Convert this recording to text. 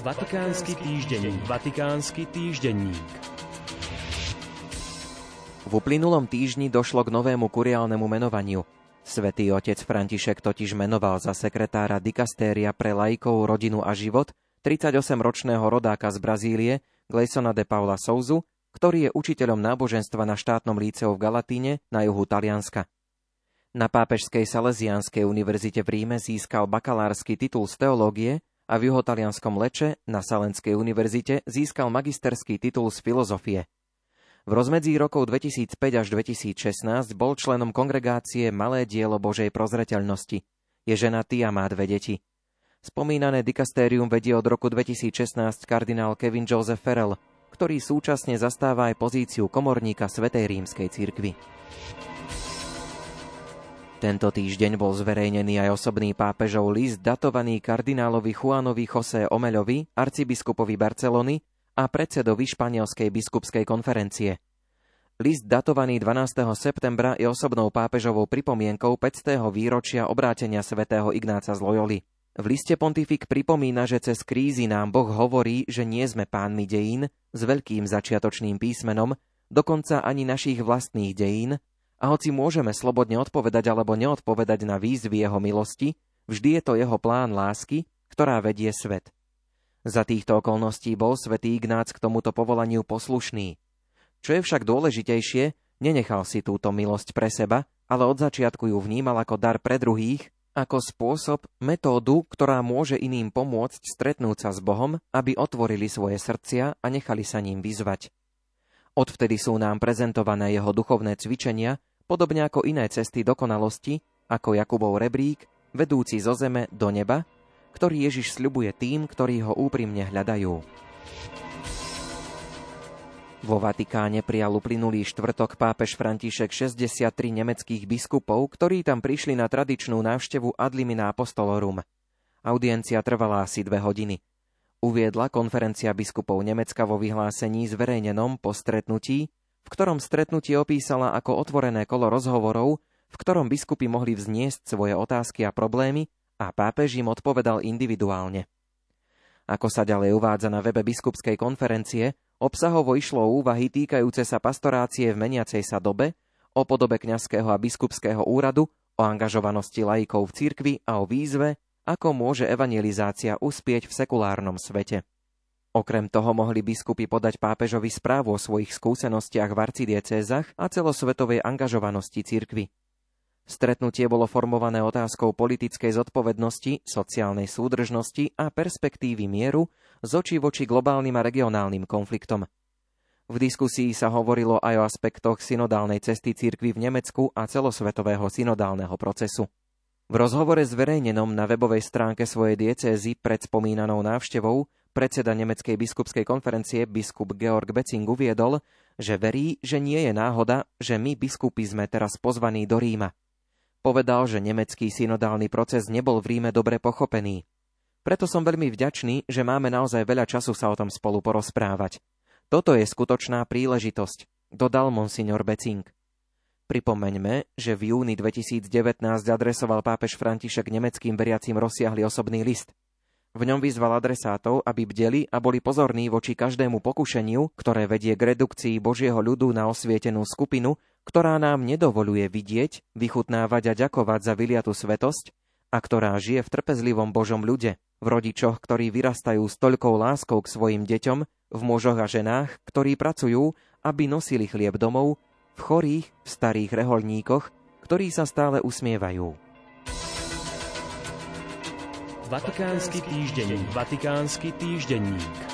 Vatikánsky týždenník. Vatikánsky týždenník. V uplynulom týždni došlo k novému kuriálnemu menovaniu. Svätý otec František totiž menoval za sekretára dikastéria pre laikov, rodinu a život 38-ročného rodáka z Brazílie, Gleisona de Paula Souzu, ktorý je učiteľom náboženstva na štátnom líceu v Galatíne na juhu Talianska. Na Pápežskej Salesiánskej univerzite v Ríme získal bakalársky titul z teológie a v juhotalianskom Leče na Salenskej univerzite získal magisterský titul z filozofie. V rozmedzí rokov 2005 až 2016 bol členom kongregácie Malé dielo Božej prozreteľnosti. Je ženatý a má 2 deti. Spomínané dikastérium vedie od roku 2016 kardinál Kevin Joseph Farrell, ktorý súčasne zastáva aj pozíciu komorníka Svätej rímskej cirkvi. Tento týždeň bol zverejnený aj osobný pápežov list datovaný kardinálovi Juanovi José Omeľovi, arcibiskupovi Barcelony a predsedovi Španielskej biskupskej konferencie. List datovaný 12. septembra je osobnou pápežovou pripomienkou 500. výročia obrátenia svätého Ignáca z Loyoli. V liste pontifik pripomína, že cez krízy nám Boh hovorí, že nie sme pánmi dejín s veľkým začiatočným písmenom, dokonca ani našich vlastných dejín, a hoci môžeme slobodne odpovedať alebo neodpovedať na výzvy jeho milosti, vždy je to jeho plán lásky, ktorá vedie svet. Za týchto okolností bol svätý Ignác k tomuto povolaniu poslušný. Čo je však dôležitejšie, nenechal si túto milosť pre seba, ale od začiatku ju vnímal ako dar pre druhých, ako spôsob, metódu, ktorá môže iným pomôcť stretnúť sa s Bohom, aby otvorili svoje srdcia a nechali sa ním vyzvať. Odvtedy sú nám prezentované jeho duchovné cvičenia, podobne ako iné cesty dokonalosti, ako Jakubov rebrík, vedúci zo zeme do neba, ktorý Ježiš sľubuje tým, ktorí ho úprimne hľadajú. Vo Vatikáne prijal uplynulý štvrtok pápež František 63 nemeckých biskupov, ktorí tam prišli na tradičnú návštevu Ad limina apostolorum. Audiencia trvala asi 2 hodiny. Uviedla konferencia biskupov Nemecka vo vyhlásení zverejnenom po stretnutí, v ktorom stretnutie opísala ako otvorené kolo rozhovorov, v ktorom biskupy mohli vzniesť svoje otázky a problémy a pápež im odpovedal individuálne. Ako sa ďalej uvádza na webe biskupskej konferencie, obsahovo išlo o úvahy týkajúce sa pastorácie v meniacej sa dobe, o podobe kňazského a biskupského úradu, o angažovanosti laikov v cirkvi a o výzve, ako môže evangelizácia uspieť v sekulárnom svete. Okrem toho mohli biskupy podať pápežovi správu o svojich skúsenostiach v arcidiecézach a celosvetovej angažovanosti cirkvi. Stretnutie bolo formované otázkou politickej zodpovednosti, sociálnej súdržnosti a perspektívy mieru z očí voči globálnym a regionálnym konfliktom. V diskusii sa hovorilo aj o aspektoch synodálnej cesty cirkvi v Nemecku a celosvetového synodálneho procesu. V rozhovore zverejnenom na webovej stránke svojej diecézy pred spomínanou návštevou predseda Nemeckej biskupskej konferencie biskup Georg Becing uviedol, že verí, že nie je náhoda, že my biskupy sme teraz pozvaní do Ríma. Povedal, že nemecký synodálny proces nebol v Ríme dobre pochopený. Preto som veľmi vďačný, že máme naozaj veľa času sa o tom spolu porozprávať. Toto je skutočná príležitosť, dodal monsignor Becing. Pripomeňme, že v júni 2019 adresoval pápež František nemeckým veriacim rozsiahly osobný list. V ňom vyzval adresátov, aby bdeli a boli pozorní voči každému pokušeniu, ktoré vedie k redukcii Božieho ľudu na osvietenú skupinu, ktorá nám nedovoľuje vidieť, vychutnávať a ďakovať za vyliatu svetosť a ktorá žije v trpezlivom Božom ľude, v rodičoch, ktorí vyrastajú s toľkou láskou k svojim deťom, v mužoch a ženách, ktorí pracujú, aby nosili chlieb domov, v chorých, v starých rehoľníkoch, ktorí sa stále usmievajú. Vatikánsky týždenník. Vatikánsky týždenník.